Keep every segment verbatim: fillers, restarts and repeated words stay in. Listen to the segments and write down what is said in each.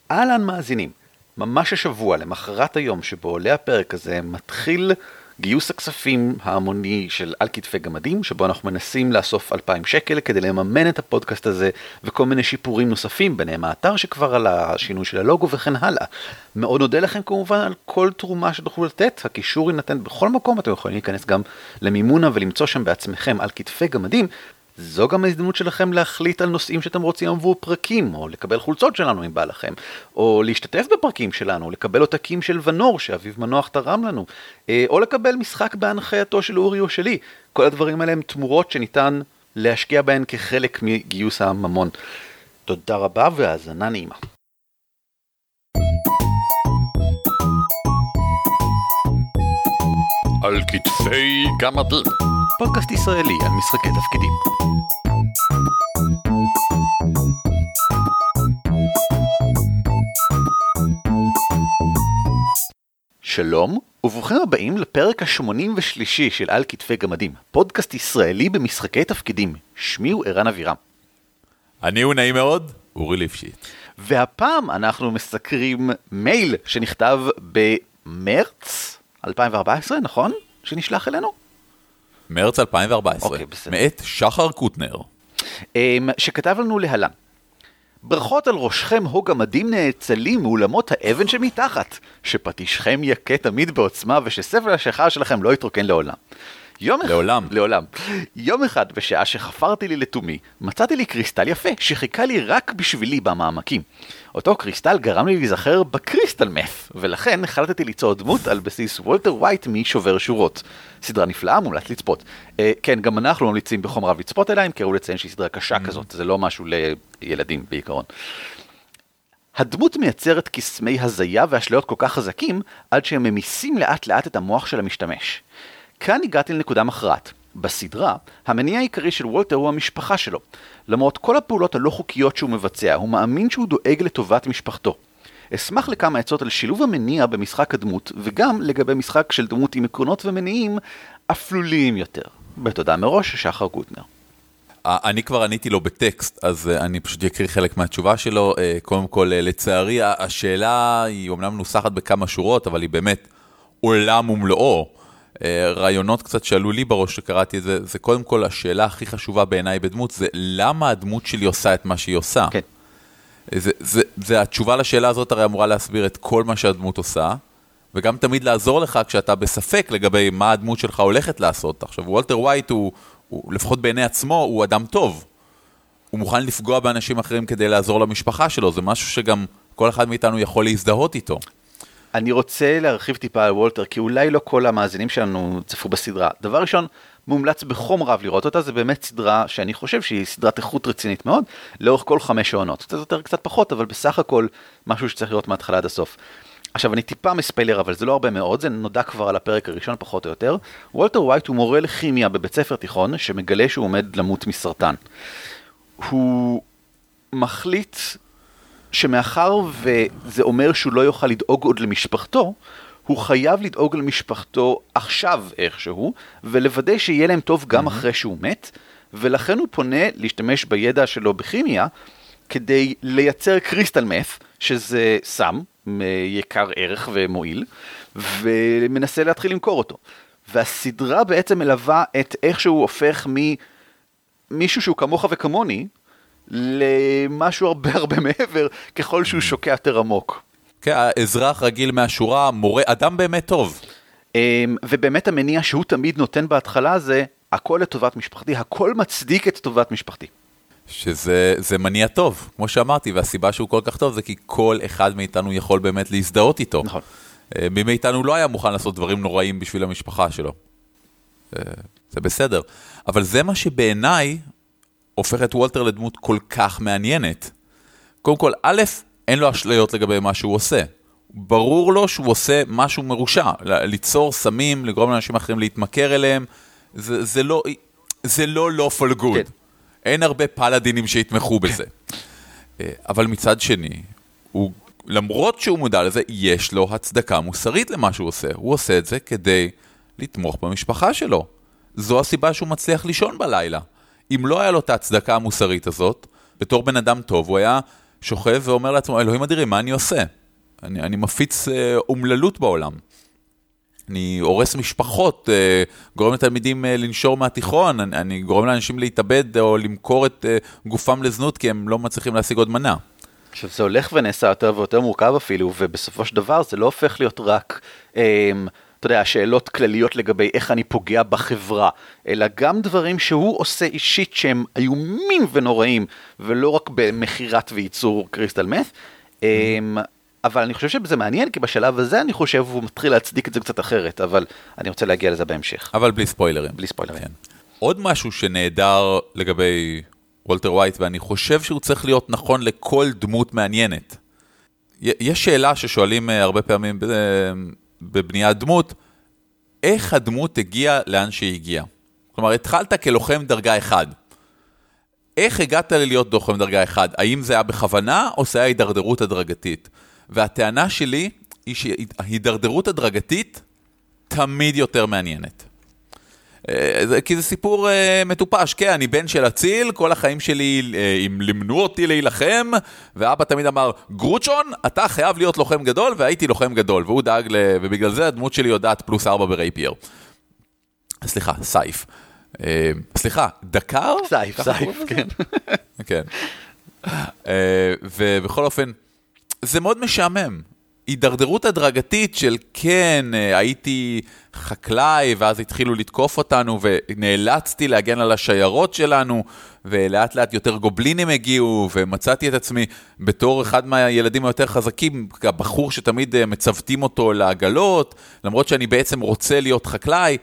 אהלן מאזינים, ממש השבוע, למחרת היום שבו עולה הפרק הזה, מתחיל גיוס הכספים ההמוני של על כתפי גמדים, שבו אנחנו מנסים לאסוף אלפיים שקל כדי לממן את הפודקאסט הזה, וכל מיני שיפורים נוספים, ביניהם האתר שכבר על השינוי של הלוגו וכן הלאה. מאוד נודה לכם כמובן על כל תרומה שתוכלו לתת, הקישור יינתן בכל מקום, אתם יכולים להיכנס גם למימונה ולמצוא שם בעצמכם על כתפי גמדים. זו גם ההזדמנות שלכם להחליט על נושאים שאתם רוצים עבור פרקים, או לקבל חולצות שלנו אם בא לכם, או להשתתף בפרקים שלנו, לקבל עותקים של ונור שאביב מנוח תרם לנו, או לקבל משחק בהנחייתו של אורי או שלי. כל הדברים האלה הם תמורות שניתן להשקיע בהן כחלק מגיוס הממון. תודה רבה והאזנה נעימה. על כתפי גמדים, פודקאסט ישראלי על משחקי תפקידים. שלום, וברוכים הבאים לפרק השמונים ושלישי של על כתפי גמדים, פודקאסט ישראלי במשחקי תפקידים. שמי הוא ערן אבירם. אני הוא נעים מאוד, אורי ליפשיץ. והפעם אנחנו מסקרים מייל שנכתב במרץ אלפיים וארבע עשרה, נכון? שנשלח אלינו? מרץ אלפיים וארבע עשרה, okay, מאת שחר קוטנר. שכתב לנו להלן. ברכות על ראשכם הו גמדים נאצלים מאולמות האבן שמתחת, שפטישכם יכה תמיד בעוצמה ושספל השחר שלכם לא יתרוקן לעולם. יום לעולם. אחד, לעולם. יום אחד, בשעה שחפרתי לי לתומי, מצאתי לי קריסטל יפה, שחיכה לי רק בשבילי במעמקים. אותו קריסטל גרם לי להיזכר בקריסטל מת, ולכן החלטתי ליצור דמות על בסיס וולטר ווייט משובר שורות. סדרה נפלאה, מומלץ לצפות. אה, כן, גם אנחנו ממליצים בחום רב לצפות אליה, אם קראו לציין שהיא סדרה קשה mm-hmm. כזאת, זה לא משהו לילדים בעיקרון. הדמות מייצרת קסמי הזיה ואשליות כל כך חזקים, עד שהם ממיסים לאט לאט את המוח של המשתמש. כאן הגעתי לנקודה מכרעת. בסדרה, המניע העיקרי של וולטר הוא המשפחה שלו. למרות כל הפעולות הלא חוקיות שהוא מבצע, הוא מאמין שהוא דואג לטובת משפחתו. אשמח לכמה עצות על שילוב המניע במשחק הדמות, וגם לגבי משחק של דמות עם עקרונות ומניעים אפלוליים יותר. בתודה מראש, שחר קוטנר. אני כבר עניתי לו בטקסט, אז אני פשוט אקריא חלק מהתשובה שלו. קודם כל, לצערי, השאלה היא אומנם מנוסחת בכמה שורות, אבל היא באמת עולם ומלואו. רעיונות קצת שעלו לי בראש שקראתי את זה, זה קודם כל השאלה הכי חשובה בעיניי בדמות, זה למה הדמות שלי עושה את מה שהיא עושה. כן. זה, זה, זה התשובה לשאלה הזאת הרי אמורה להסביר את כל מה שהדמות עושה, וגם תמיד לעזור לך כשאתה בספק לגבי מה הדמות שלך הולכת לעשות. עכשיו, וולטר ווייט הוא, הוא לפחות בעיני עצמו, הוא אדם טוב. הוא מוכן לפגוע באנשים אחרים כדי לעזור למשפחה שלו, זה משהו שגם כל אחד מאיתנו יכול להזדהות איתו. אני רוצה להרחיב טיפה על וולטר, כי אולי לא כל המאזינים שלנו צפו בסדרה. דבר ראשון, מומלץ בחום רב לראות אותה, זה באמת סדרה שאני חושב שהיא סדרת איכות רצינית מאוד, לאורך כל חמש שעונות. קצת יותר, קצת פחות, אבל בסך הכל משהו שצריך לראות מההתחלה עד הסוף. עכשיו, אני טיפה מספיילר, אבל זה לא הרבה מאוד, זה נודע כבר על הפרק הראשון פחות או יותר. וולטר ווייט הוא מורה לכימיה בבית ספר תיכון, שמגלה שהוא עומד למות מסרטן. הוא מחליט שמאחר וזה אומר שהוא לא יוכל לדאוג עוד למשפחתו, הוא חייב לדאוג למשפחתו עכשיו איכשהו, ולוודא שיהיה להם טוב גם mm-hmm. אחרי שהוא מת, ולכן הוא פונה להשתמש בידע שלו בכימיה, כדי לייצר קריסטל מת, שזה סם, יקר ערך ומועיל, ומנסה להתחיל למכור אותו. והסדרה בעצם מלווה את איך שהוא הופך ממישהו שהוא כמוך וכמוני, למשהו הרבה הרבה מעבר, ככל שהוא שוקע יותר עמוק. כן, האזרח רגיל מהשורה, מורה, אדם באמת טוב. ובאמת המניע שהוא תמיד נותן בהתחלה זה, הכל לטובת משפחתי, הכל מצדיק את טובת משפחתי. שזה זה מניע טוב, כמו שאמרתי, והסיבה שהוא כל כך טוב זה כי כל אחד מאיתנו יכול באמת להזדהות איתו. נכון. מי מאיתנו לא היה מוכן לעשות דברים נוראים בשביל המשפחה שלו. זה בסדר. אבל זה מה שבעיניי הופך את וולטר לדמות כל כך מעניינת. קודם כל, א', אין לו אשליות לגבי מה שהוא עושה. ברור לו שהוא עושה משהו מרושע, ליצור סמים, לגרום לאנשים אחרים להתמכר אליהם, זה, זה לא, זה לא lawful good. כן. אין הרבה פלדינים שיתמכו בזה. אבל מצד שני, הוא, למרות שהוא מודע לזה, יש לו הצדקה מוסרית למה שהוא עושה. הוא עושה את זה כדי לתמוך במשפחה שלו. זו הסיבה שהוא מצליח לישון בלילה. אם לא היה לו את ההצדקה המוסרית הזאת, בתור בן אדם טוב, הוא היה שוכב ואומר לעצמו, אלוהים אדירים, מה אני עושה? אני, אני מפיץ אה, אומללות בעולם. אני הורס משפחות, אה, גורם לתלמידים אה, לנשור מהתיכון, אני, אני גורם לאנשים להתאבד או למכור את אה, גופם לזנות, כי הם לא מצליחים להשיג עוד מנה. עכשיו זה הולך ונעשה יותר ויותר מורכב אפילו, ובסופו של דבר זה לא הופך להיות רק, אה, אתה יודע, שאלות כלליות לגבי איך אני פוגע בחברה, אלא גם דברים שהוא עושה אישית שהם איומים ונוראים, ולא רק במחירת וייצור קריסטל מת. אה, אבל אני חושב שזה מעניין, כי בשלב הזה אני חושב הוא מתחיל להצדיק את זה קצת אחרת, אבל אני רוצה להגיע לזה בהמשך. אבל בלי ספוילרים. בלי ספוילרים. כן. עוד משהו שנהדר לגבי וולטר ווייט, ואני חושב שהוא צריך להיות נכון לכל דמות מעניינת. יש שאלה ששואלים הרבה פעמים בבניית דמות, איך הדמות הגיעה לאן שהיא הגיעה? כלומר, התחלת כלוחם דרגה אחד. איך הגעת להיות לוחם דרגה אחד? האם זה היה בכוונה, או זה היה הידרדרות הדרגתית? והטענה שלי היא שההידרדרות הדרגתית תמיד יותר מעניינת. כי זה סיפור מטופש, כן, אני בן של אציל, כל החיים שלי אם לימנו אותי להילחם, ואבא תמיד אמר, גרוצ'ון, אתה חייב להיות לוחם גדול, והייתי לוחם גדול, והוא דאג, ובגלל זה הדמות שלי יודעת פלוס ארבע ברייפייר. סליחה, סייף. סליחה, דקר? סייף, סייף, כן. כן. ובכל אופן, זה מאוד משעמם. הידרדרות הדרגתית של כן, הייתי חקלאי, ואז התחילו לתקוף אותנו, ונאלצתי להגן על השיירות שלנו, ולאט לאט יותר גובלינים הגיעו, ומצאתי את עצמי בתור אחד מהילדים היותר חזקים, הבחור שתמיד מצוותים אותו לעגלות, למרות שאני בעצם רוצה להיות חקלאי,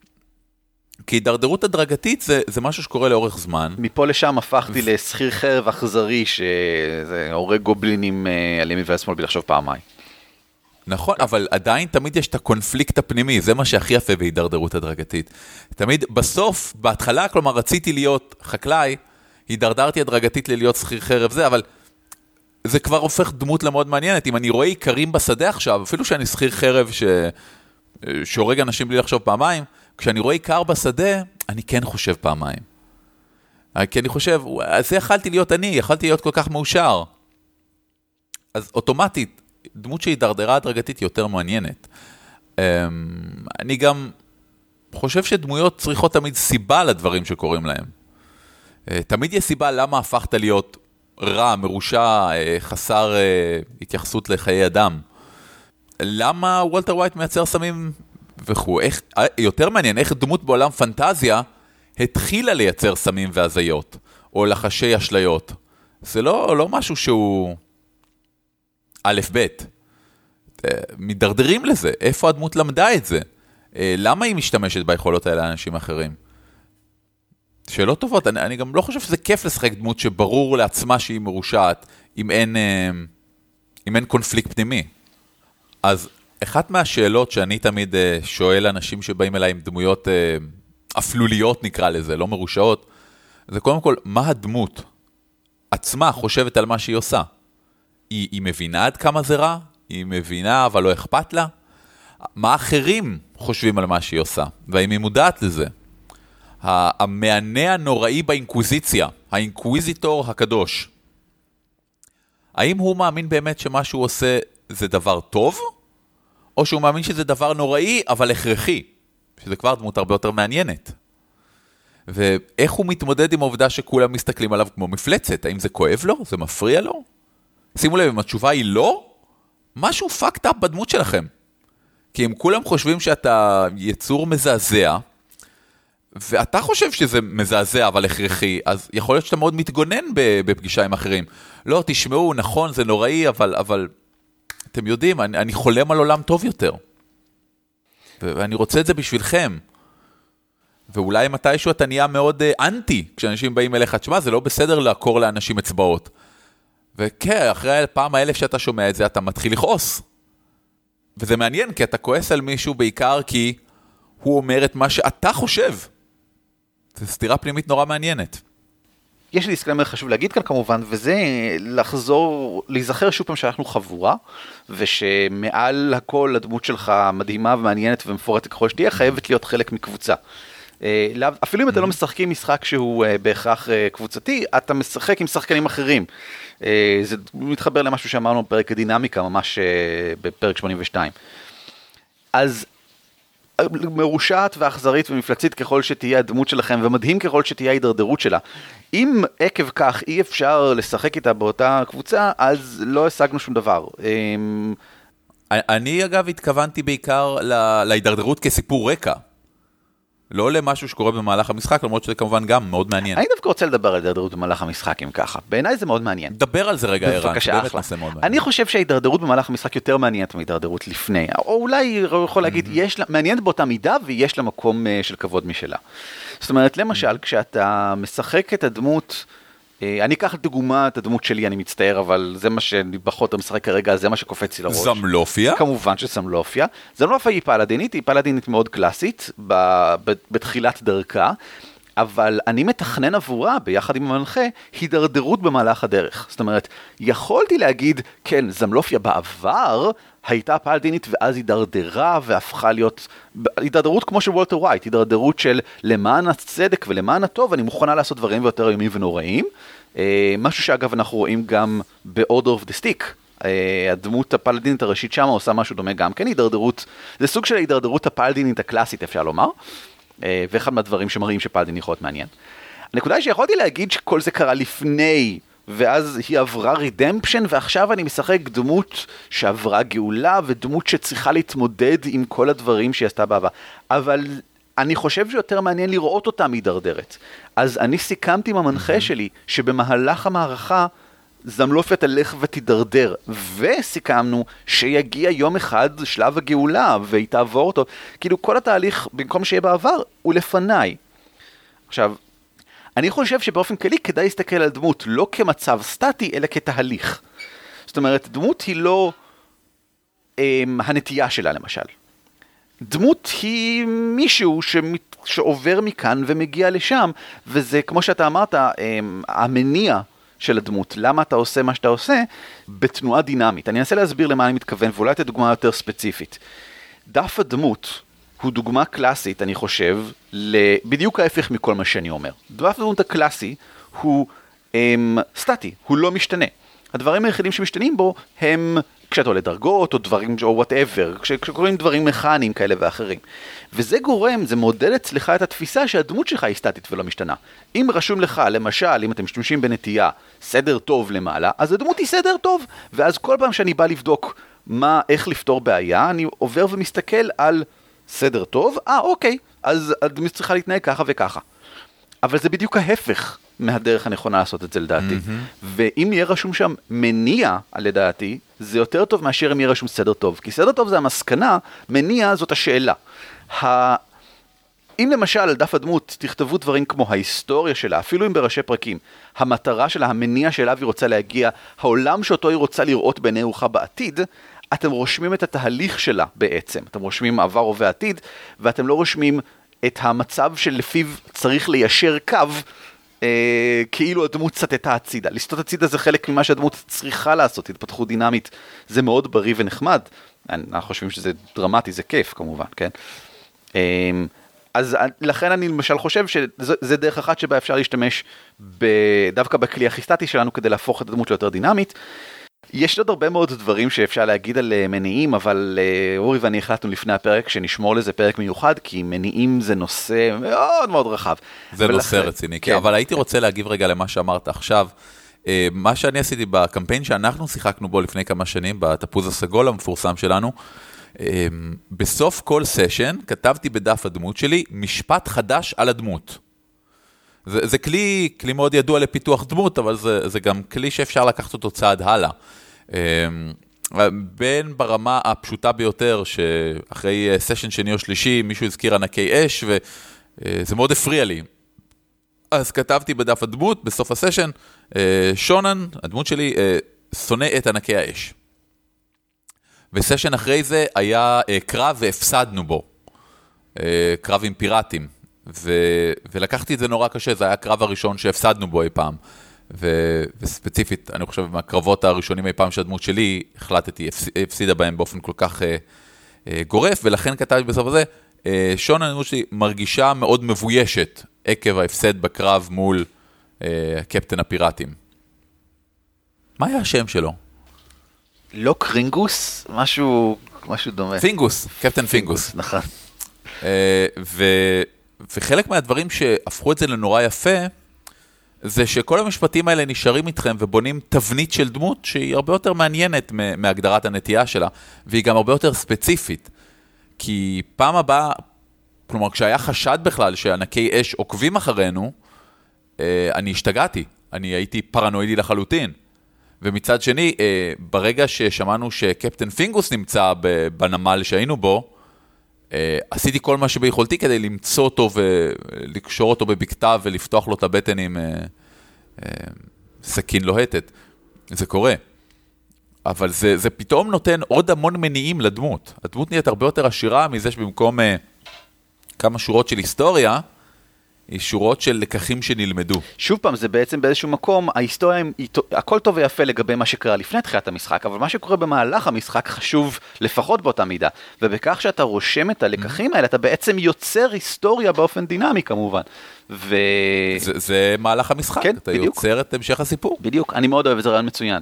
כי הידרדרות הדרגתית זה, זה משהו שקורה לאורך זמן. מפה לשם הפכתי ו... לסחיר חרב אכזרי, שזה הורג גובלינים על ימין ועל שמאל בלי לחשוב פעמיים. נכון, אבל עדיין תמיד יש את הקונפליקט הפנימי, זה מה שהכי יפה בהידרדרות הדרגתית. תמיד בסוף, בהתחלה, כלומר, רציתי להיות חקלאי, הידרדרתי הדרגתית ללהיות שכיר חרב זה, אבל זה כבר הופך דמות למאוד מעניינת. אם אני רואה עיקרים בשדה עכשיו, אפילו שאני שכיר חרב ש... שהורג אנשים בלי לחשוב פעמיים, כשאני רואה עיקר בשדה, אני כן חושב פעמיים. כי אני חושב, זה יכלתי להיות אני, יכלתי להיות כל כך מאושר. אז אוטומטית, דמות שהידרדרה הדרגתית יותר מעניינת. אני גם חושב שדמויות צריכות תמיד סיבה לדברים שקורים להם. תמיד יש סיבה למה הפכת להיות רע, מרושע, חסר התייחסות לחיי אדם. למה וולטר ווייט מייצר סמים וכו'. איך, יותר מעניין, איך דמות בעולם פנטזיה התחילה לייצר סמים והזיות, או לחשי אשליות. זה לא, לא משהו שהוא א' ב'. מדרדרים לזה. איפה הדמות למדה את זה? למה היא משתמשת ביכולות האלה לאנשים אחרים? שאלות טובות. אני, אני גם לא חושב שזה כיף לשחק דמות שברור לעצמה שהיא מרושעת, אם אין, אם אין קונפליקט פנימי. אז אחת מהשאלות שאני תמיד שואל אנשים שבאים אליי עם דמויות אפלוליות נקרא לזה, לא מרושעות, זה קודם כל, מה הדמות עצמה חושבת על מה שהיא עושה? היא, היא מבינה עד כמה זה רע? היא מבינה אבל לא אכפת לה? מה אחרים חושבים על מה שהיא עושה? והאם היא מודעת לזה? המענה הנוראי באינקוויזיציה, האינקוויזיטור הקדוש, האם הוא מאמין באמת שמה שהוא עושה זה דבר טוב? או שהוא מאמין שזה דבר נוראי אבל הכרחי? שזה כבר דמות הרבה יותר מעניינת. ואיך הוא מתמודד עם העובדה שכולם מסתכלים עליו כמו מפלצת? האם זה כואב לו? זה מפריע לו? שימו לב, אם התשובה היא לא, משהו fucked up בדמות שלכם. כי אם כולם חושבים שאתה יצור מזעזע, ואתה חושב שזה מזעזע אבל הכרחי, אז יכול להיות שאתה מאוד מתגונן בפגישה עם אחרים. לא, תשמעו, נכון, זה נוראי, אבל, אבל אתם יודעים, אני, אני חולם על עולם טוב יותר. ואני רוצה את זה בשבילכם. ואולי מתישהו אתה נהיה מאוד אנטי, כשאנשים באים אליך, תשמע, זה לא בסדר לעקור לאנשים אצבעות. וכן, אחרי פעם האלף שאתה שומע את זה, אתה מתחיל לכעוס. וזה מעניין, כי אתה כועס על מישהו בעיקר כי הוא אומר את מה שאתה חושב. זו סתירה פנימית נורא מעניינת. יש לי דיסקליימר חשוב להגיד כאן כמובן, וזה לחזור, להיזכר שוב פעם שאנחנו חבורה, ושמעל הכל הדמות שלך מדהימה ומעניינת ומפורטת ככל שתהיה, חייבת להיות חלק מקבוצה. אפילו אם אתה לא משחקים משחק שהוא בהכרח קבוצתי, אתה משחק עם שחקנים אחרים. זה מתחבר למשהו שאמרנו בפרק הדינמיקה, ממש בפרק שמונים ושתיים. אז מרושעת ואכזרית ומפלצית ככל שתהיה הדמות שלכם, ומדהים ככל שתהיה ההידרדרות שלה. אם עקב כך אי אפשר לשחק איתה באותה קבוצה, אז לא השגנו שום דבר. אני אגב התכוונתי בעיקר להידרדרות כסיפור רקע. לא למשהו שקורה במהלך המשחק, למרות שזה כמובן גם מאוד מעניין. אני דווקא רוצה לדבר על הידרדרות במהלך המשחק, אם ככה. בעיניי זה מאוד מעניין. דבר על זה רגע, ערן, באמת נושא מאוד מעניין. אני חושב שההידרדרות במהלך המשחק יותר מעניינת מההידרדרות לפני. או אולי יכול להגיד, מעניינת באותה מידה, ויש לה מקום של כבוד משלה. זאת אומרת, למשל, כשאתה משחק את הדמות, אני אקח דוגמה את הדמות שלי, אני מצטער, אבל זה מה שבחוט המשחק כרגע, זה מה שקופץ לי לראש. זמלופיה? כמובן שזמלופיה. זמלופיה היא פלדינית, היא פלדינית מאוד קלאסית, בתחילת דרכה, אבל אני מתכנן עבורה, ביחד עם המנחה, הידרדרות במהלך הדרך. זאת אומרת, יכולתי להגיד, כן, זמלופיה בעבר הייתה פלדינית, ואז הידרדרה והפכה להיות, הידרדרות כמו של וולטר ווייט, הידרדרות של למען הצדק ולמען הטוב, אני מוכנה לעשות דברים ויותר איומים ונוראים. משהו שאגב אנחנו רואים גם ב-Order of the Stick, הדמות הפלדינית הראשית שם עושה משהו דומה גם כן, הידרדרות, זה סוג של הידרדרות הפלדינית הקלאסית אפשר לומר, ואחד מהדברים שמראים שפלדין יכול להיות מעניין. הנקודה היא שיכולתי להגיד שכל זה קרה לפני, ואז היא עברה רידמפשן, ועכשיו אני משחק דמות שעברה גאולה, ודמות שצריכה להתמודד עם כל הדברים שהיא עשתה בעבר. אבל אני חושב שיותר מעניין לראות אותה מידרדרת. אז אני סיכמתי עם המנחה שלי, שבמהלך המערכה, זמלופיה תלך ותדרדר, וסיכמנו שיגיע יום אחד שלב הגאולה, והיא תעבור אותו. כאילו כל התהליך, במקום שיהיה בעבר, הוא לפניי. עכשיו, אני חושב שבאופן כללי כדאי להסתכל על דמות לא כמצב סטטי, אלא כתהליך. זאת אומרת, דמות היא לא הם, הנטייה שלה למשל. דמות היא מישהו שמת, שעובר מכאן ומגיע לשם, וזה כמו שאתה אמרת, הם, המניע של הדמות, למה אתה עושה מה שאתה עושה, בתנועה דינמית. אני אנסה להסביר למה אני מתכוון, ואולי את דוגמה יותר ספציפית. דף הדמות הוא דוגמה קלאסית, אני חושב, בדיוק ההפך מכל מה שאני אומר. דף הדמות הקלאסי הוא הם, סטטי, הוא לא משתנה. הדברים היחידים שמשתנים בו הם כשאתה עולה דרגות או דברים או whatever, כשקוראים דברים מכניים כאלה ואחרים. וזה גורם, זה מודד אצלך את התפיסה שהדמות שלך היא סטטית ולא משתנה. אם רשום לך, למשל, אם אתם משתמשים בנטייה סדר טוב למעלה, אז הדמות היא סדר טוב, ואז כל פעם שאני בא לבדוק מה, איך לפתור בעיה, אני עובר ומסתכל על סדר טוב, אה אוקיי, אז הדמות צריכה להתנהג ככה וככה. אבל זה בדיוק ההפך מהדרך הנכונה לעשות את זה לדעתי. Mm-hmm. ואם יהיה רשום שם מניע לדעתי, זה יותר טוב מאשר אם יהיה רשום סדר טוב. כי סדר טוב זה המסקנה, מניע זאת השאלה. ה... אם למשל על דף הדמות תכתבו דברים כמו ההיסטוריה שלה, אפילו אם בראשי פרקים, המטרה שלה, המניע שאליו היא רוצה להגיע, העולם שאותו היא רוצה לראות בעיני רוחה בעתיד, אתם רושמים את התהליך שלה בעצם. אתם רושמים עבר הווה עתיד, ואתם לא רושמים את המצב שלפיו צריך ליישר קו, אה, כאילו הדמות סטטה הצידה. לסטות הצידה זה חלק ממה שהדמות צריכה לעשות, התפתחות דינמית, זה מאוד בריא ונחמד. אנחנו חושבים שזה דרמטי, זה כיף כמובן, כן? אה, אז לכן אני למשל חושב שזה דרך אחת שבה אפשר להשתמש דווקא בכלי הכי-סטטי שלנו כדי להפוך את הדמות ליותר דינמית. יש עוד הרבה מאוד דברים שאפשר להגיד על מניעים, אבל אורי ואני החלטנו לפני הפרק שנשמור לזה פרק מיוחד, כי מניעים זה נושא מאוד מאוד רחב. זה נושא רציני, כן. אבל הייתי רוצה להגיב רגע למה שאמרת עכשיו. מה שאני עשיתי בקמפיין שאנחנו שיחקנו בו לפני כמה שנים, בתפוז הסגול המפורסם שלנו, בסוף כל סשן כתבתי בדף הדמות שלי משפט חדש על הדמות. זה, זה כלי, כלי מאוד ידוע לפיתוח דמות, אבל זה, זה גם כלי שאפשר לקחת אותו צעד הלאה. בין ברמה הפשוטה ביותר, שאחרי סשן שני או שלישי, מישהו הזכיר ענקי אש, וזה מאוד הפריע לי. אז כתבתי בדף הדמות, בסוף הסשן, שונן, הדמות שלי, שונא את ענקי האש. וסשן אחרי זה היה קרב והפסדנו בו. קרב עם פיראטים. ו... ולקחתי את זה נורא קשה, זה היה הקרב הראשון שהפסדנו בו אי פעם. ו... וספציפית, אני חושב, מהקרבות הראשונים אי פעם שהדמות שלי, החלטתי, הפסידה בהם באופן כל כך אה, אה, גורף, ולכן כתבתי בסוף הזה, שון, אני חושב שהיא מרגישה מאוד מבוישת עקב ההפסד בקרב מול קפטן הפיראטים. מה היה השם שלו? לא קרינגוס? משהו, משהו דומה. פינגוס, קפטן פינגוס. נכון. וחלק מהדברים שהפכו את זה לנורא יפה, זה שכל המשפטים האלה נשארים איתכם ובונים תבנית של דמות שהיא הרבה יותר מעניינת מהגדרת הנטייה שלה, והיא גם הרבה יותר ספציפית. כי פעם הבאה, כלומר, כשהיה חשד בכלל שענקי אש עוקבים אחרינו, אני השתגעתי, אני הייתי פרנואידי לחלוטין. ומצד שני, ברגע ששמענו שקפטן פינגוס נמצא בנמל שהיינו בו, עשיתי כל מה שביכולתי כדי למצוא אותו ולקשור אותו בבקתה ולפתוח לו את הבטן עם סכין לוהטת. זה קורה. אבל זה, זה פתאום נותן עוד המון מניעים לדמות. הדמות נהיית הרבה יותר עשירה מזה שבמקום כמה שורות של היסטוריה, היא שורות של לקחים שנלמדו. שוב פעם, זה בעצם באיזשהו מקום, ההיסטוריה, הכל טוב ויפה לגבי מה שקרה לפני תחילת המשחק, אבל מה שקורה במהלך המשחק חשוב לפחות באותה מידה. ובכך שאתה רושם את הלקחים האלה, אתה בעצם יוצר היסטוריה באופן דינמי כמובן. ו... זה, זה מהלך המשחק, כן, אתה בדיוק. יוצר את המשך הסיפור. בדיוק, אני מאוד אוהב, זה רעיון מצוין.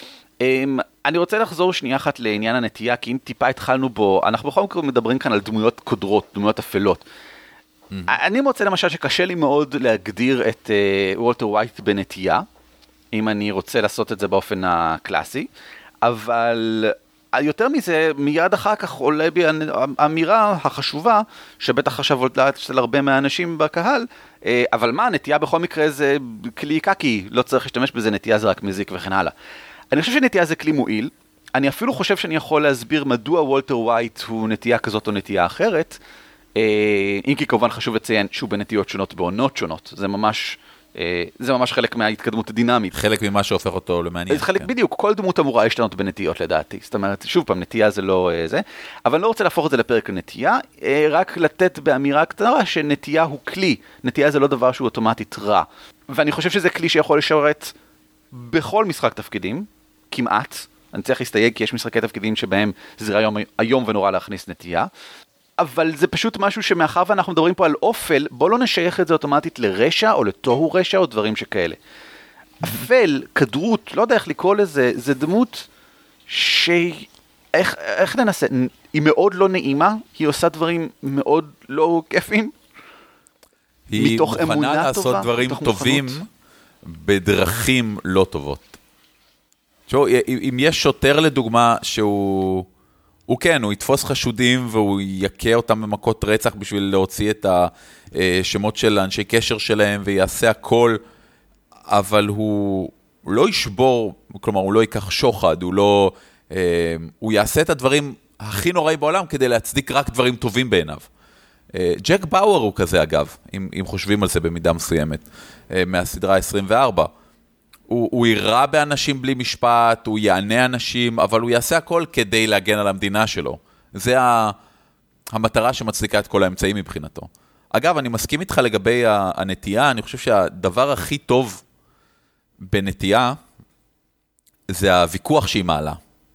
אני רוצה לחזור שנייה אחת לעניין הנטייה, כי אם טיפה התחלנו בו, אנחנו בכל מקרה מדברים כאן על דמויות קודרות, דמויות אפלות. אני מוצא למשל שקשה לי מאוד להגדיר את וולטר ווייט בנטייה, אם אני רוצה לעשות את זה באופן הקלאסי, אבל יותר מזה, מיד אחר כך עולה בי האמירה החשובה, שבטח עכשיו עולה של הרבה מהאנשים בקהל, אבל מה, נטייה בכל מקרה זה כלי קקי, לא צריך להשתמש בזה, נטייה זה רק מזיק וכן הלאה. אני חושב שנטייה זה כלי מועיל, אני אפילו חושב שאני יכול להסביר מדוע וולטר ווייט הוא נטייה כזאת או נטייה אחרת, אם כי כמובן חשוב לציין שהוא בנטיות שונות בעונות שונות, זה ממש, זה ממש חלק מההתקדמות הדינמית. חלק ממה שהופך אותו למעניין. זה חלק בדיוק, כל דמות אמורה להשתנות בנטיות לדעתי, זאת אומרת, שוב פעם, נטייה זה לא זה, אבל אני לא רוצה להפוך את זה לפרק לנטייה, רק לתת באמירה קטנה שנטייה הוא כלי, נטייה זה לא דבר שהוא אוטומטית רע, ואני חושב שזה כלי שיכול לשרת בכל משחק תפקידים, כמעט, אני צריך להסתייג כי יש משחקי תפקידים שבהם זה היום, היום ונורא להכניס נטייה, אבל זה פשוט משהו שמאחר ואנחנו מדברים פה על אופל, בוא לא נשייך את זה אוטומטית לרשע או לתוהו רשע או דברים שכאלה. אפל, כדרות, לא יודע איך לקרוא לזה, זה דמות שהיא, איך, איך ננסה, היא מאוד לא נעימה, היא עושה דברים מאוד לא כיפים, היא מוכנה לעשות טובה, דברים טובים מוכנות. בדרכים לא טובות. שואו, אם יש שוטר לדוגמה שהוא... הוא כן, הוא יתפוס חשודים והוא יקה אותם במכות רצח בשביל להוציא את השמות של אנשי קשר שלהם ויעשה הכל, אבל הוא לא ישבור, כלומר הוא לא ייקח שוחד, הוא לא, הוא יעשה את הדברים הכי נוראי בעולם כדי להצדיק רק דברים טובים בעיניו. ג'ק באואר הוא כזה אגב, אם, אם חושבים על זה במידה מסוימת, מהסדרה עשרים וארבע. הוא, הוא יירה באנשים בלי משפט, הוא יענה אנשים, אבל הוא יעשה הכל כדי להגן על המדינה שלו. זה ה, המטרה שמצדיקה את כל האמצעים מבחינתו. אגב, אני מסכים איתך לגבי הנטייה, אני חושב שהדבר הכי טוב בנטייה, זה הוויכוח שהיא מעלה.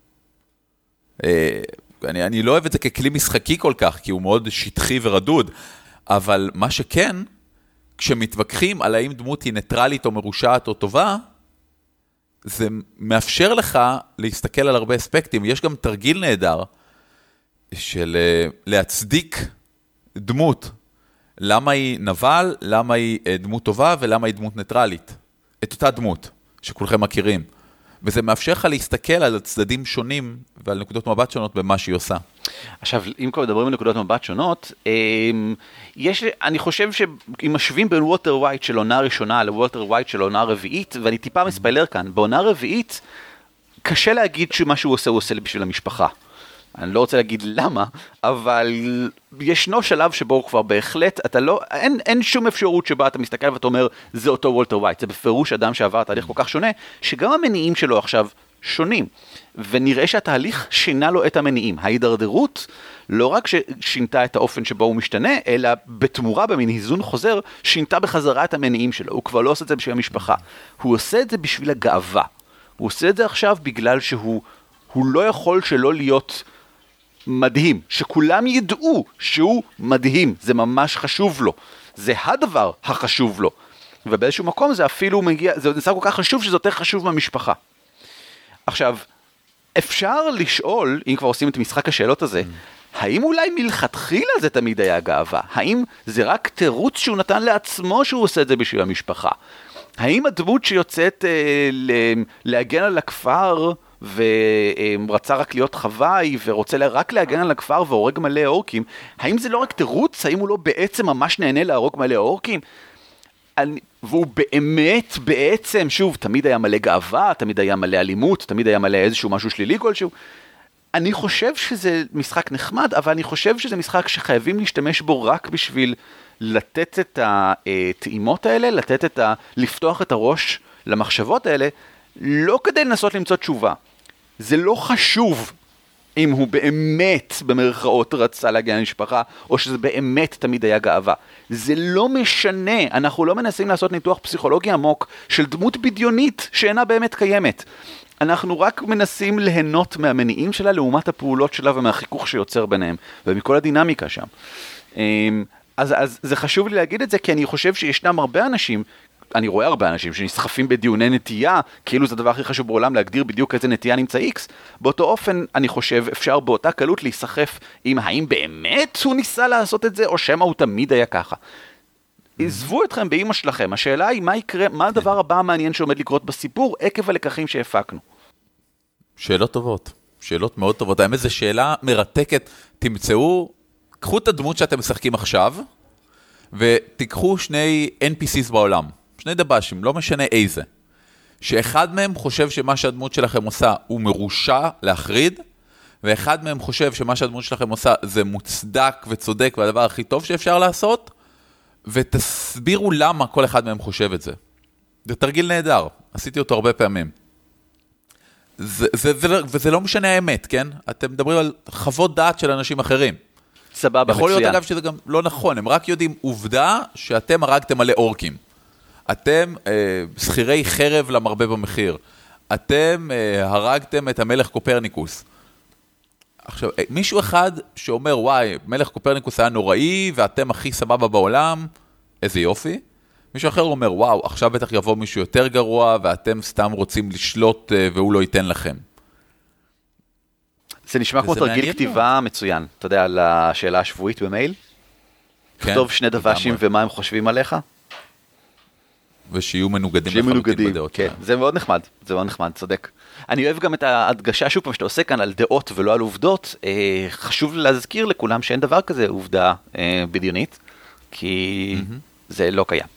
אני, אני לא אוהב את זה ככלי משחקי כל כך, כי הוא מאוד שטחי ורדוד, אבל מה שכן, כשמתווכחים על האם דמות היא ניטרלית או מרושעת או טובה, זה מאפשר לך להסתכל על הרבה אספקטים. יש גם תרגיל נהדר של להצדיק דמות. למה היא נבל, למה היא דמות טובה ולמה היא דמות ניטרלית. את אותה דמות שכולכם מכירים. וזה מאפשר לך להסתכל על צדדים שונים ועל נקודות מבט שונות במה שהיא עושה. עכשיו, אם כבר מדברים על נקודות מבט שונות, יש, אני חושב שאם משווים בין וולטר ווייט של עונה ראשונה לוולטר ווייט של עונה רביעית, ואני טיפה מספיילר כאן, בעונה רביעית, קשה להגיד שמה שהוא עושה, הוא עושה בשביל המשפחה. אני לא רוצה להגיד למה, אבל ישנו שלב שבו הוא כבר בהחלט, אתה לא, אין, אין שום אפשרות שבה אתה מסתכל ואתה אומר, זה אותו וולטר ווייט, זה בפירוש אדם שעבר תהליך כל כך שונה, שגם המניעים שלו עכשיו שונים, ונראה שהתהליך שינה לו את המניעים. ההידרדרות לא רק ששינתה את האופן שבו הוא משתנה, אלא בתמורה במין היזון חוזר, שינתה בחזרה את המניעים שלו. הוא כבר לא עושה את זה בשביל המשפחה, הוא עושה את זה בשביל הגאווה. הוא עושה את זה עכשיו בגלל שהוא הוא לא יכול שלא להיות מדהים, שכולם ידעו שהוא מדהים, זה ממש חשוב לו, זה הדבר החשוב לו, ובאיזשהו מקום זה אפילו מגיע, זה נעשה כל כך חשוב שזה יותר חשוב מהמשפחה. עכשיו, אפשר לשאול, אם כבר עושים את משחק השאלות הזה, האם אולי מלכתחילה זה תמיד היה גאווה? האם זה רק תירוץ שהוא נתן לעצמו שהוא עושה את זה בשביל המשפחה? האם הדמות שיוצאת אה, להגן על הכפר ורצה רק להיות חוואי ורוצה רק להגן על הכפר והורג מלא אורקים, האם זה לא רק תירוץ? האם הוא לא בעצם ממש נהנה להרוג מלא אורקים? אני, והוא באמת, בעצם, שוב, תמיד היה מלא גאווה, תמיד היה מלא אלימות, תמיד היה מלא איזשהו משהו שלילי כלשהו. אני חושב שזה משחק נחמד, אבל אני חושב שזה משחק שחייבים להשתמש בו רק בשביל לתת את הטעימות האלה, לתת את ה... לפתוח את הראש למחשבות האלה, לא כדי לנסות למצוא תשובה. זה לא חשוב אם הוא באמת במרכאות רצה להגיע למשפחה, או שזה באמת תמיד היה גאווה. זה לא משנה, אנחנו לא מנסים לעשות ניתוח פסיכולוגי עמוק של דמות בדיונית שאינה באמת קיימת. אנחנו רק מנסים ליהנות מהמניעים שלה לעומת הפעולות שלה ומהחיכוך שיוצר ביניהם, ומכל הדינמיקה שם. אז, אז זה חשוב לי להגיד את זה, כי אני חושב שישנם הרבה אנשים, אני רואה הרבה אנשים שנסחפים בדיוני נטייה, כאילו זה הדבר הכי חשוב בעולם להגדיר בדיוק איזה נטייה נמצא X, באותו אופן אני חושב אפשר באותה קלות להיסחף עם האם באמת הוא ניסה לעשות את זה, או שמה הוא תמיד היה ככה. עזבו אתכם באמא שלכם, השאלה היא מה יקרה, מה הדבר הבא המעניין שעומד לקרות בסיפור, עקב הלקחים שהפקנו. שאלות טובות, שאלות מאוד טובות, האמת זו שאלה מרתקת, תמצאו, קחו את הדמות שאתם משחקים עכשיו, ותיקחו שני אן פי סי'ס בעולם, שני דב"שים, לא משנה איזה, שאחד מהם חושב שמה שהדמות שלכם עושה הוא מרושע להחריד, ואחד מהם חושב שמה שהדמות שלכם עושה זה מוצדק וצודק והדבר הכי טוב שאפשר לעשות, ותסבירו למה כל אחד מהם חושב את זה. זה תרגיל נהדר, עשיתי אותו הרבה פעמים. זה, זה, זה, וזה לא משנה האמת, כן? אתם מדברים על חוות דעת של אנשים אחרים. סבבה, מצוין. יכול להיות אגב שזה גם לא נכון, הם רק יודעים עובדה שאתם הרגתם מלא אורקים. אתם אה, שכירי חרב למרבה במחיר. אתם אה, הרגתם את המלך קופרניקוס. עכשיו, מישהו אחד שאומר, וואי, מלך קופרניקוס היה נוראי, ואתם הכי סבבה בעולם, איזה יופי. מישהו אחר אומר, וואו, עכשיו בטח יבוא מישהו יותר גרוע, ואתם סתם רוצים לשלוט, והוא לא ייתן לכם. זה נשמע כמו תרגיל כתיבה מצוין. אתה יודע, על השאלה השבועית במייל? כתוב שני דב"שים ומה הם חושבים עליך? ושיהיו מנוגדים לחלוטין בדעות. כן, זה מאוד נחמד, זה מאוד נחמד, צודק. אני אוהב גם את ההדגשה, שוב פעם, שאתה עושה כאן על דעות ולא על עובדות, אה, חשוב להזכיר לכולם שאין דבר כזה עובדה אה, בדיונית, כי mm-hmm. זה לא קיים.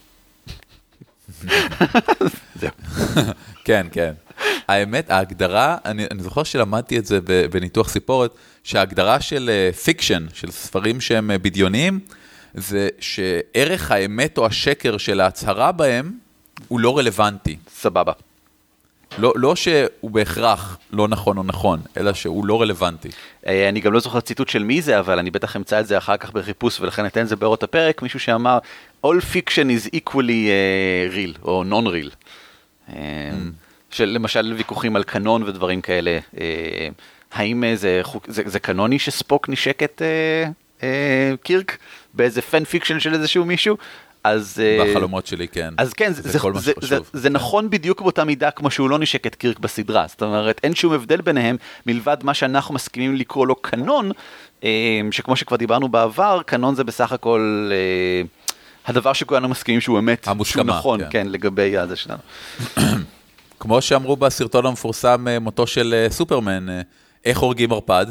זהו. כן, כן. האמת, ההגדרה, אני, אני זוכר שלמדתי את זה בניתוח סיפורת, שההגדרה של פיקשן, של ספרים שהם בדיוניים, זה שערך האמת או השקר של ההצהרה בהם, הוא לא רלוונטי. סבבה. לא, לא שהוא בהכרח לא נכון או נכון, אלא שהוא לא רלוונטי. אני גם לא זוכר ציטוט של מי זה, אבל אני בטח אמצא את זה אחר כך בחיפוש, ולכן אתן זה באורות הפרק, מישהו שאמר, all fiction is equally uh, real, או non-real. Mm. של למשל ויכוחים על קנון ודברים כאלה. Uh, האם זה, זה, זה קנוני שספוק נשק את uh, uh, קירק, באיזה פן פיקשן של איזשהו מישהו? אז בחלומות שלי, כן. אז כן, זה, זה, זה, זה, זה נכון בדיוק באותה מידה כמו שהוא לא נשק את קירק בסדרה. זאת אומרת, אין שום הבדל ביניהם, מלבד מה שאנחנו מסכימים לקרוא לו קנון, שכמו שכבר דיברנו בעבר, קנון זה בסך הכל הדבר שכולנו מסכימים שהוא אמת, שהוא נכון, כן, כן לגבי הזה שלנו. כמו שאמרו בסרטון המפורסם, מותו של סופרמן, איך הורגים ערפד?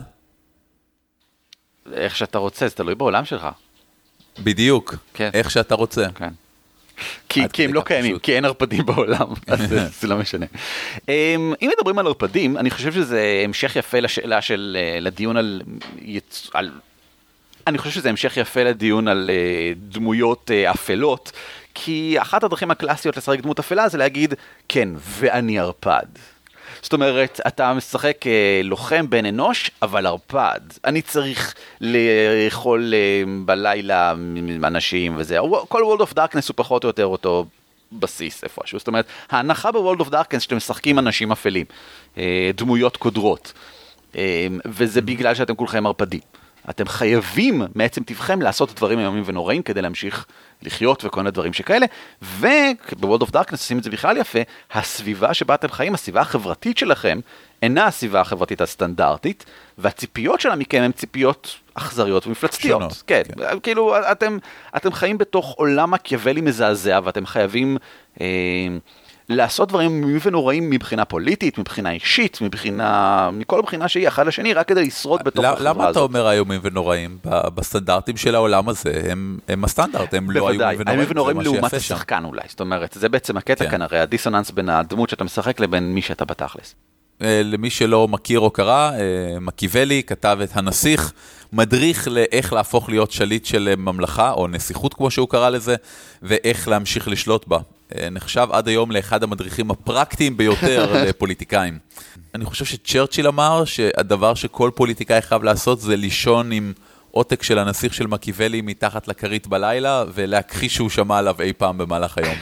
איך שאתה רוצה, זה תלוי בעולם שלך. בדיוק, כן. איך שאתה רוצה. כן. כי, כי הם לא קיימים, פשוט. כי אין ערפדים בעולם, אז זה, זה לא משנה. אם מדברים על ערפדים, אני חושב שזה המשך יפה לשאלה של, לדיון על, על, אני חושב שזה המשך יפה לדיון על דמויות אפלות, כי אחת הדרכים הקלאסיות לשחק דמות אפלה זה להגיד, כן, ואני ערפד. זאת אומרת, אתה משחק לוחם בן אנוש, אבל ערפד. אני צריך לאכול בלילה אנשים וזה. כל World of Darkness הוא פחות או יותר אותו בסיס איפשהו. זאת אומרת, ההנחה ב-World of Darkness שאתם משחקים אנשים אפלים, דמויות קודרות. וזה בגלל שאתם כולכם ערפדים. אתם חייבים מעצם טבעכם לעשות דברים איומים ונוראים כדי להמשיך לחיות וכל מיני דברים שכאלה, ובוולד אוף דארקנס עושים את זה בכלל יפה, הסביבה שבה אתם חיים, הסביבה החברתית שלכם, אינה הסביבה החברתית הסטנדרטית, והציפיות שלה מכם הן ציפיות אכזריות ומפלצתיות. שונות. כן, כן. כאילו אתם, אתם חיים בתוך עולם מקיאוולי מזעזע, ואתם חייבים אה, לעשות דברים איומים ונוראים מבחינה פוליטית, מבחינה אישית, מבחינה, מכל בחינה שהיא אחד לשני, רק כדי לשרוד בתוך החברה הזאת. למה אתה אומר איומים ונוראים? בסטנדרטים של העולם הזה, הם, הם הסטנדרט, הם לא איומים ונוראים. איומים ונוראים לעומת השחקן אולי, זאת אומרת, זה בעצם הקטע כאן, הרי הדיסוננס בין הדמות שאתה משחק לבין מי שאתה בתכלס. למי שלא מכיר או קרא, מקיאוולי כתב את הנסיך, מדריך לאיך להפוך להיות שליט של ממלכה, או נסיכות כמו שהוא קרא לזה, ואיך להמשיך לשלוט בה. נחשב עד היום לאחד המדריכים הפרקטיים ביותר לפוליטיקאים. אני חושב שצ'רצ'יל אמר שהדבר שכל פוליטיקאי חייב לעשות זה לישון עם עותק של הנסיך של מקיאוולי מתחת לכרית בלילה, ולהכחיש שהוא שמע עליו אי פעם במהלך היום.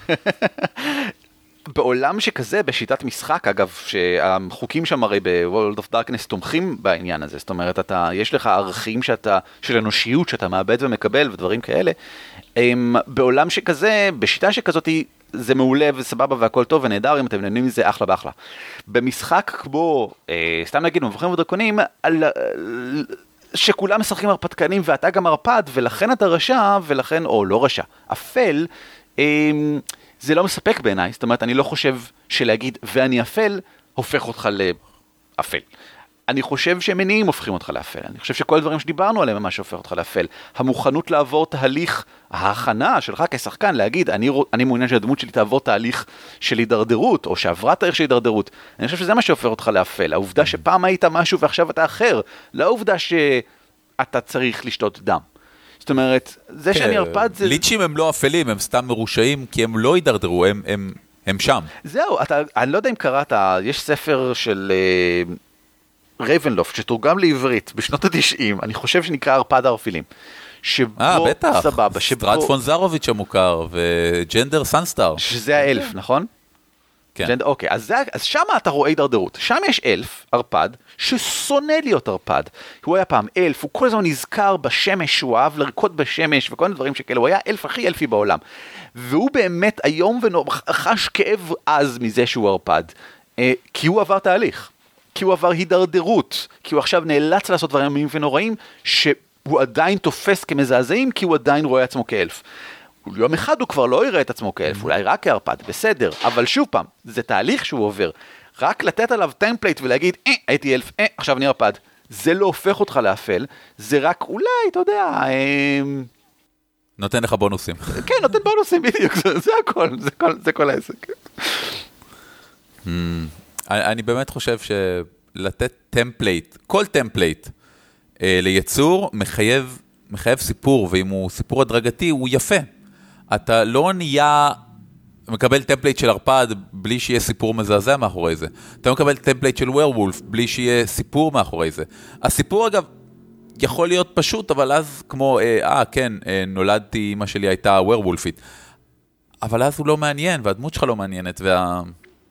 בעולם שכזה, בשיטת משחק, אגב, שהחוקים שם הרי ב-World of Darkness תומכים בעניין הזה, זאת אומרת, אתה, יש לך ערכים שאתה, של אנושיות שאתה מאבד ומקבל ודברים כאלה, הם, בעולם שכזה, בשיטה שכזאת, זה מעולה וסבבה והכל טוב ונהדר, אם אתם נהנים מזה אחלה באחלה. במשחק כמו, אה, סתם נגיד, מבוכים ודרקונים, על... שכולם משחקים הרפתקנים ואתה גם הרפד, ולכן אתה רשע, ולכן, או לא רשע, אפל, אה, זה לא מספק בעיניי, זאת אומרת, אני לא חושב שלהגיד, ואני אפל, הופך אותך לאפל. אני חושב שמניעים הופכים אותך לאפל. אני חושב שכל הדברים שדיברנו עליהם, מה שהופך אותך לאפל. המוכנות לעבור תהליך, ההכנה שלך כשחקן, להגיד, אני, אני מעוניין שהדמות שלי תעבור תהליך של הידרדרות, או שעברה תהליך של הידרדרות. אני חושב שזה מה שהופך אותך לאפל. העובדה שפעם היית משהו ועכשיו אתה אחר, לא העובדה שאתה צריך לשתות דם. זאת אומרת, זה שאני הרפד זה... ליצ'ים הם לא אפלים, הם סתם מרושעים, כי הם לא יידרדרו, הם, הם, הם שם. זהו, אתה, אני לא יודע אם קראת, יש ספר של רייבנלופט, שתורגם לעברית בשנות ה-תשעים, אני חושב שנקרא הרפד הארפילים. אה, בטח, סבבה, סטרט פון זרוביץ' המוכר, וג'נדר סנסטאר. שזה האלף, נכון? כן. ג'נד, אוקיי, אז, זה, אז שם אתה רואה הידרדרות. שם יש אלף, הרפד, ששונא להיות הרפד. הוא היה פעם אלף, הוא כל הזמן נזכר בשמש, הוא אהב לרקוד בשמש, וכל מיני דברים שכאלה, הוא היה אלף הכי אלפי בעולם. והוא באמת היום וחש כאב עז מזה שהוא הרפד, אה, כי הוא עבר תהליך, כי הוא עבר הידרדרות, כי הוא עכשיו נאלץ לעשות דברים איומים ונוראים, שהוא עדיין תופס כמזעזעים, כי הוא עדיין רואה עצמו כאלף. יום אחד הוא כבר לא יראה את עצמו כאלף, אולי רק כהרפד, בסדר, אבל שוב פעם, זה תהליך שהוא עובר. רק לתת עליו טמפלייט ולהגיד, אה, הייתי אלף, אה, עכשיו אני הרפד, זה לא הופך אותך לאפל, זה רק אולי, אתה יודע, אה... נותן לך בונוסים. כן, נותן בונוסים בדיוק, זה, זה הכל, זה כל, זה כל העסק. Hmm, אני, אני באמת חושב שלתת טמפלייט, כל טמפלייט אה, ליצור מחייב, מחייב סיפור, ואם הוא סיפור הדרגתי, הוא יפה. אתה לא נהיה, מקבל טמפלייט של הרפד בלי שיהיה סיפור מזעזע מאחורי זה. אתה מקבל טמפלייט של ווירולף בלי שיהיה סיפור מאחורי זה. הסיפור אגב יכול להיות פשוט, אבל אז כמו, אה, כן, אה, נולדתי, אמא שלי הייתה ווירולפית. אבל אז הוא לא מעניין, והדמות שלך לא מעניינת, וה...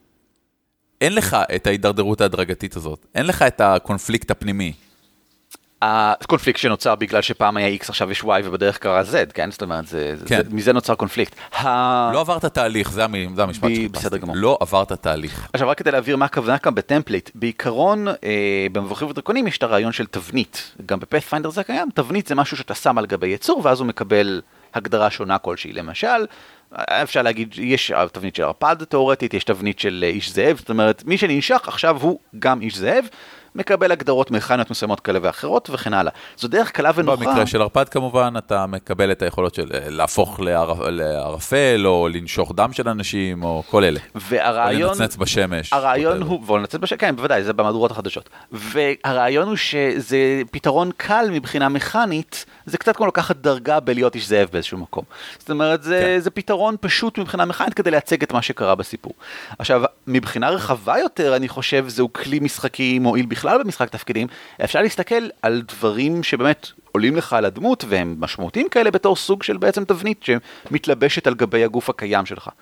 אין לך את ההידרדרות ההדרגתית הזאת. אין לך את הקונפליקט הפנימי. הקונפליקט שנוצר בגלל שפעם היה X, עכשיו יש Y ובדרך קרה Z, כן? זאת אומרת, זה, כן. זה, מזה נוצר קונפליקט. לא עברת תהליך, זה, זה המשפט ב... בסדר גמור. לא עברת תהליך. עכשיו, רק כדי להעביר מה הכוונה כאן בטמפליט, בעיקרון, אה, במבוכים ודרקונים יש את הרעיון של תבנית. גם בפאת'פיינדר זה קיים, תבנית זה משהו שאתה שם על גבי יצור, ואז הוא מקבל הגדרה שונה כלשהי. למשל, אפשר להגיד, יש תבנית של הרפד תיאורטית, יש תבנית של איש זאב, זאת אומרת, מי שננשך עכשיו הוא גם איש זאב, מקבל הגדרות מכניות מסוימות כאלה ואחרות וכן הלאה. זו דרך קלה ונוחה. במקרה של הרפד כמובן, אתה מקבל את היכולות של להפוך לערפל, או לנשוך דם של אנשים, או כל אלה. והרעיון... ולנצנץ בשמש. הרעיון הוא... ולנצנץ בשמש, כן, בוודאי, זה במהדורות החדשות. והרעיון הוא שזה פתרון קל מבחינה מכנית, זה קצת כמו לקחת דרגה בלהיות איש זאב באיזשהו מקום. זאת אומרת, זה, כן. זה פתרון פשוט מבחינה מכנית כדי להציג את מה שקרה בסיפור. עכשיו, מבחינה רחבה יותר, אני חושב, זהו כלי משחקי מועיל בכלל במשחק תפקידים, אפשר להסתכל על דברים שבאמת עולים לך על הדמות, והם משמעותיים כאלה בתור סוג של בעצם תבנית שמתלבשת על גבי הגוף הקיים שלך.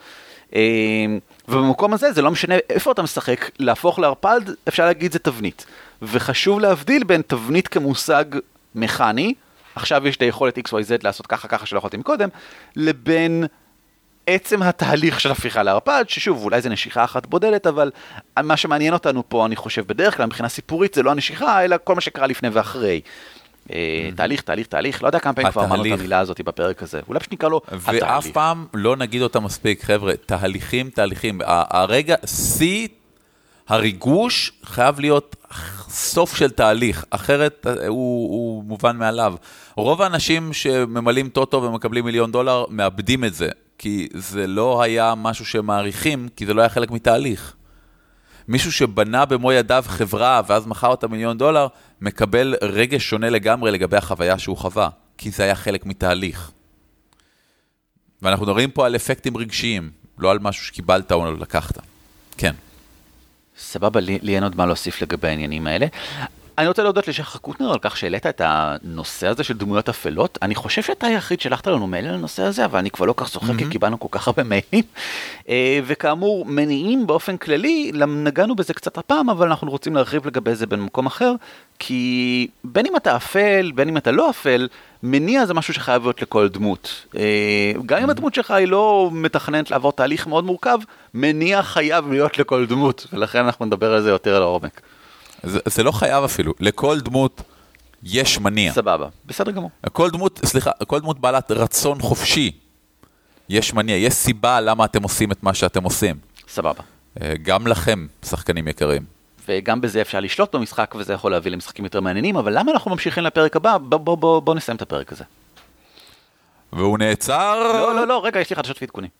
ובמקום הזה זה לא משנה איפה אתה משחק, להפוך לערפד, אפשר להגיד זה תבנית. וחשוב להבדיל בין תבנית כמושג מכני, עכשיו יש את היכולת אקס וואי זד לעשות ככה ככה שלא יכולתי מקודם, לבין עצם התהליך של הפיכה לערפד, ששוב, אולי זה נשיכה אחת בודדת, אבל מה שמעניין אותנו פה, אני חושב, בדרך כלל, מבחינה סיפורית, זה לא הנשיכה, אלא כל מה שקרה לפני ואחרי. תהליך, תהליך, תהליך, לא יודע כמה פעמים כבר אמרנו את המילה הזאת בפרק הזה. אולי פשוט נקרא לו התהליך. ואף פעם לא נגיד אותה מספיק, חבר'ה, תהליכים, תהליכים. הרגע, שיא הריגוש חייב להיות סוף של תהליך, אחרת הוא, הוא מובן מעליו. רוב האנשים שממלאים טוטו ומקבלים מיליון דולר, מאבדים את זה, כי זה לא היה משהו שמעריכים, כי זה לא היה חלק מתהליך. מישהו שבנה במו ידיו חברה, ואז מכר אותה מיליון דולר, מקבל רגש שונה לגמרי לגבי החוויה שהוא חווה, כי זה היה חלק מתהליך. ואנחנו מדברים פה על אפקטים רגשיים, לא על משהו שקיבלת או לקחת. כן. סבבה, לי, לי אין עוד מה להוסיף לגבי העניינים האלה. אני רוצה להודות לשחר קוטנר על כך שהעלית את הנושא הזה של דמויות אפלות. אני חושב שאתה היחיד שלחת לנו מייל על הנושא הזה, אבל אני כבר לא כך זוכר, mm-hmm. כי קיבלנו כל כך הרבה מיילים. וכאמור, מניעים באופן כללי, נגענו בזה קצת הפעם, אבל אנחנו רוצים להרחיב לגבי זה במקום אחר, כי בין אם אתה אפל, בין אם אתה לא אפל, מניע זה משהו שחייב להיות לכל דמות. גם אם הדמות שלך היא לא מתכננת לעבור תהליך מאוד מורכב, מניע חייב להיות לכל דמות, ולכן אנחנו נדבר על זה יותר על העומק. זה, זה לא חייב אפילו, לכל דמות יש מניע. סבבה, בסדר גמור. כל דמות, סליחה, כל דמות בעלת רצון חופשי, יש מניע, יש סיבה למה אתם עושים את מה שאתם עושים. סבבה. גם לכם, שחקנים יקרים. וגם בזה אפשר לשלוט במשחק, וזה יכול להביא למשחקים יותר מעניינים, אבל למה אנחנו ממשיכים לפרק הבא? בוא, בוא, בוא, בוא נסיים את הפרק הזה. והוא נעצר? לא, לא, לא, רגע, יש לי חדשות ועדכונים.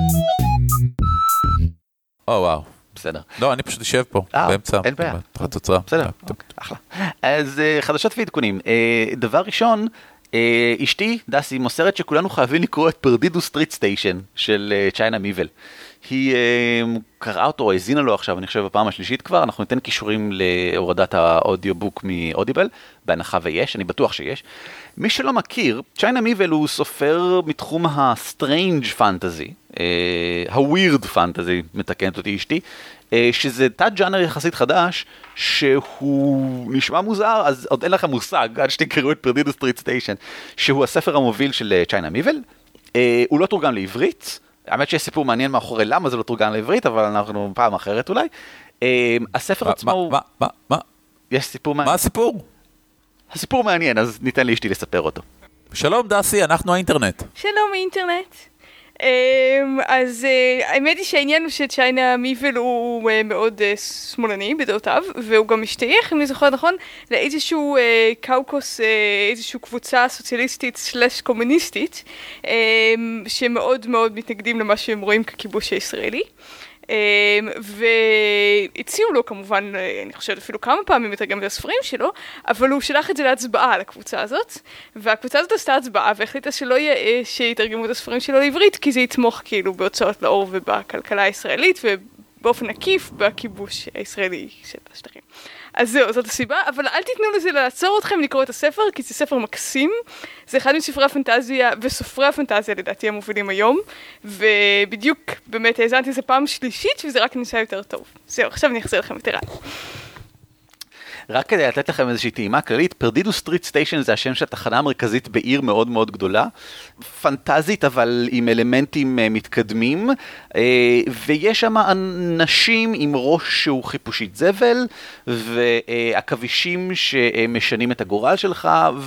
או, וואו. בסדר. לא, אני פשוט יושב פה, באמצע. אין בעיה. התוצאה. בסדר, אחלה. אז חדשות ועדכונים. דבר ראשון, אשתי, דסי, מוסרת שכולנו חייבים לקרוא את פרדידו סטריט סטיישן של צ'יינה מיבל. היא קראה אותו, או הזינה לו עכשיו, אני חושב בפעם השלישית כבר, אנחנו ניתן קישורים להורדת האודיובוק מאודיבל, בהנחה ויש, אני בטוח שיש. מי שלא מכיר, צ'יינה מיבל הוא סופר מתחום הסטרנג' פנטזי, הווירד פנטזי, מתקנת אותי אשתי, שזה תת ג'אנר יחסית חדש, שהוא נשמע מוזר, אז עוד אין לכם מושג, עד שתקראו את פרדידו סטריט סטיישן, שהוא הספר המוביל של צ'יינה מיבל, הוא לא תורגם לעברית, האמת שיש סיפור מעניין מאחורי למה זה לא תורגם לעברית, אבל אנחנו פעם אחרת אולי. הספר עצמו הוא... מה, מה, מה? יש סיפור מעניין. מה הסיפור? הסיפור מעניין, אז ניתן לאשתי לספר אותו. שלום דסי, אנחנו האינטרנט. שלום האינטרנט. אז האמת היא שהעניין הוא שצ'יינה מיבל הוא מאוד שמאלני בדעותיו, והוא גם משתייך, אם אני זוכר נכון, לאיזשהו קאוקוס, איזשהו קבוצה סוציאליסטית סלש קומוניסטית, שמאוד מאוד מתנגדים למה שהם רואים ככיבוש הישראלי. והציעו לו כמובן, אני חושבת אפילו כמה פעמים לתרגם את הספרים שלו, אבל הוא שלח את זה להצבעה לקבוצה הזאת, והקבוצה הזאת עשתה הצבעה והחליטה שלא יהיה שיתרגמו את הספרים שלו לעברית, כי זה יתמוך כאילו בהוצאות לאור ובכלכלה הישראלית, ובאופן עקיף בכיבוש הישראלי של השטחים. אז זהו, זאת הסיבה, אבל אל תיתנו לזה לעצור אתכם לקרוא את הספר, כי זה ספר מקסים, זה אחד מספרי הפנטזיה וסופרי הפנטזיה לדעתי המובילים היום, ובדיוק באמת האזנתי לזה פעם שלישית, וזה רק נמצא יותר טוב. זהו, עכשיו אני אחזיר לכם יותר רע. רק כדי לתת לכם איזושהי טעימה כללית, פרדידו סטריט סטיישן זה השם של התחנה המרכזית בעיר מאוד מאוד גדולה, פנטזית אבל עם אלמנטים מתקדמים, ויש שם אנשים עם ראש שהוא חיפושית זבל, והכבישים שמשנים את הגורל שלך,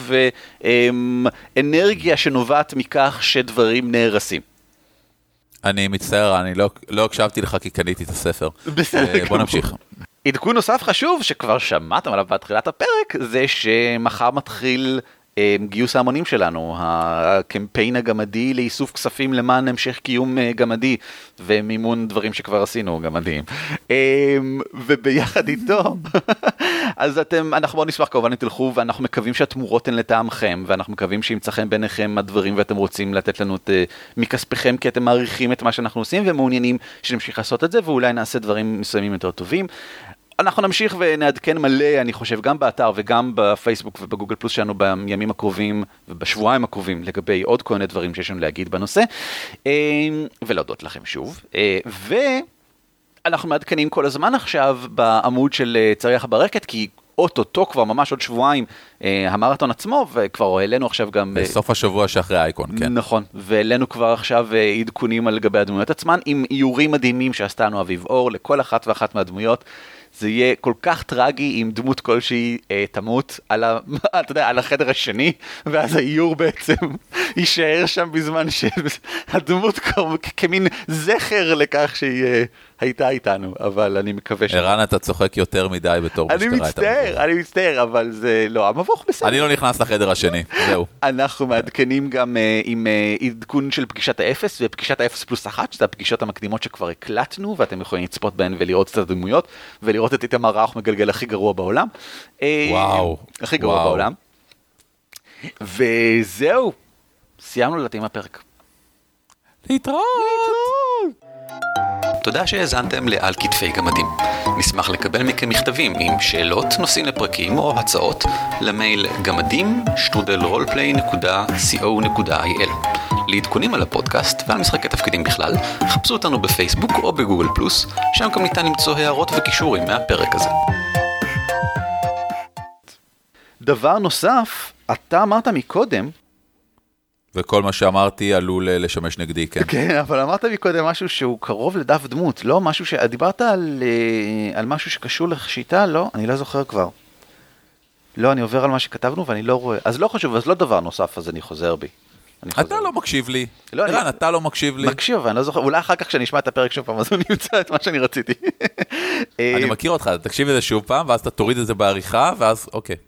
ואנרגיה שנובעת מכך שדברים נהרסים. אני מצטער, אני לא, לא הקשבתי לך כי קניתי את הספר. בסדר. בוא נמשיך. עדכון נוסף חשוב שכבר שמעתם עליו בתחילת הפרק, זה שמחר מתחיל אה, גיוס ההמונים שלנו, הקמפיין הגמדי לאיסוף כספים למען המשך קיום אה, גמדי, ומימון דברים שכבר עשינו גמדיים. אה, וביחד איתו, אז אתם, אנחנו מאוד נשמח כמובן תלכו, ואנחנו מקווים שהתמורות הן לטעמכם, ואנחנו מקווים שימצא חן ביניכם הדברים ואתם רוצים לתת לנו את, אה, מכספכם, כי אתם מעריכים את מה שאנחנו עושים, ומעוניינים שנמשיך לעשות את זה, ואולי נעשה דברים מסוימים יותר טובים. אנחנו נמשיך ונעדכן מלא, אני חושב, גם באתר וגם בפייסבוק ובגוגל פלוס שלנו בימים הקרובים ובשבועיים הקרובים לגבי עוד כל מיני דברים שיש לנו להגיד בנושא, ולהודות לכם שוב. ואנחנו מעדכנים כל הזמן עכשיו בעמוד של צריח ברקת, כי אוטוטו כבר ממש עוד שבועיים המרתון עצמו, וכבר העלינו עכשיו גם... בסוף השבוע שאחרי האייקון, כן. נכון, והעלינו כבר עכשיו עדכונים על גבי הדמויות עצמן, עם איורים מדהימים שעשתה לנו אביב אור לכל אחת ואחת מהדמויות. זה יהיה כל כך טרגי אם דמות כלשהי אה, תמות על, ה, אתה יודע, על החדר השני, ואז האיור בעצם יישאר שם בזמן שהדמות כמין זכר לכך שהיא אה, הייתה איתנו, אבל אני מקווה ש... ערן, אתה צוחק יותר מדי בתור אני מצטער, אני מצטער, אבל זה לא, המבוך בסדר. אני לא נכנס לחדר השני, זהו. אנחנו מעדכנים גם אה, עם אה, עדכון של פגישת האפס, ופגישת האפס פלוס אחת, שזה הפגישות המקדימות שכבר הקלטנו, ואתם יכולים לצפות בהן ולראות את הדמויות, ולראות את איתמר ראוך מגלגל הכי גרוע בעולם. וואו. הכי גרוע וואו. בעולם. וזהו, סיימנו לדעתי עם הפרק. להתראות. תודה שהאזנתם לעל כתפי גמדים. נשמח לקבל מכם מכתבים עם שאלות, נושאים לפרקים או הצעות למייל גמדים שטרודל רולפליי נקודה קו נקודה איי אל. לעדכונים על הפודקאסט ועל משחקי תפקידים בכלל, חפשו אותנו בפייסבוק או בגוגל פלוס, שם גם ניתן למצוא הערות וקישורים מהפרק הזה. דבר נוסף, אתה אמרת מקודם, וכל מה שאמרתי עלול לשמש נגדי, כן. כן, אבל אמרת מקודם משהו שהוא קרוב לדף דמות, לא משהו ש... דיברת על, על משהו שקשור לשיטה, לא? אני לא זוכר כבר. לא, אני עובר על מה שכתבנו ואני לא רואה. אז לא חשוב, אז לא דבר נוסף, אז אני חוזר בי. אתה לא מקשיב לי. ערן, אתה לא מקשיב לי. מקשיב, אבל אני לא זוכר. אולי אחר כך כשאני אשמע את הפרק שוב פעם, אז הוא נמצא את מה שאני רציתי. אני מכיר אותך, תקשיב את זה שוב פעם, ואז אתה תוריד את זה בעריכה, ואז אוקיי.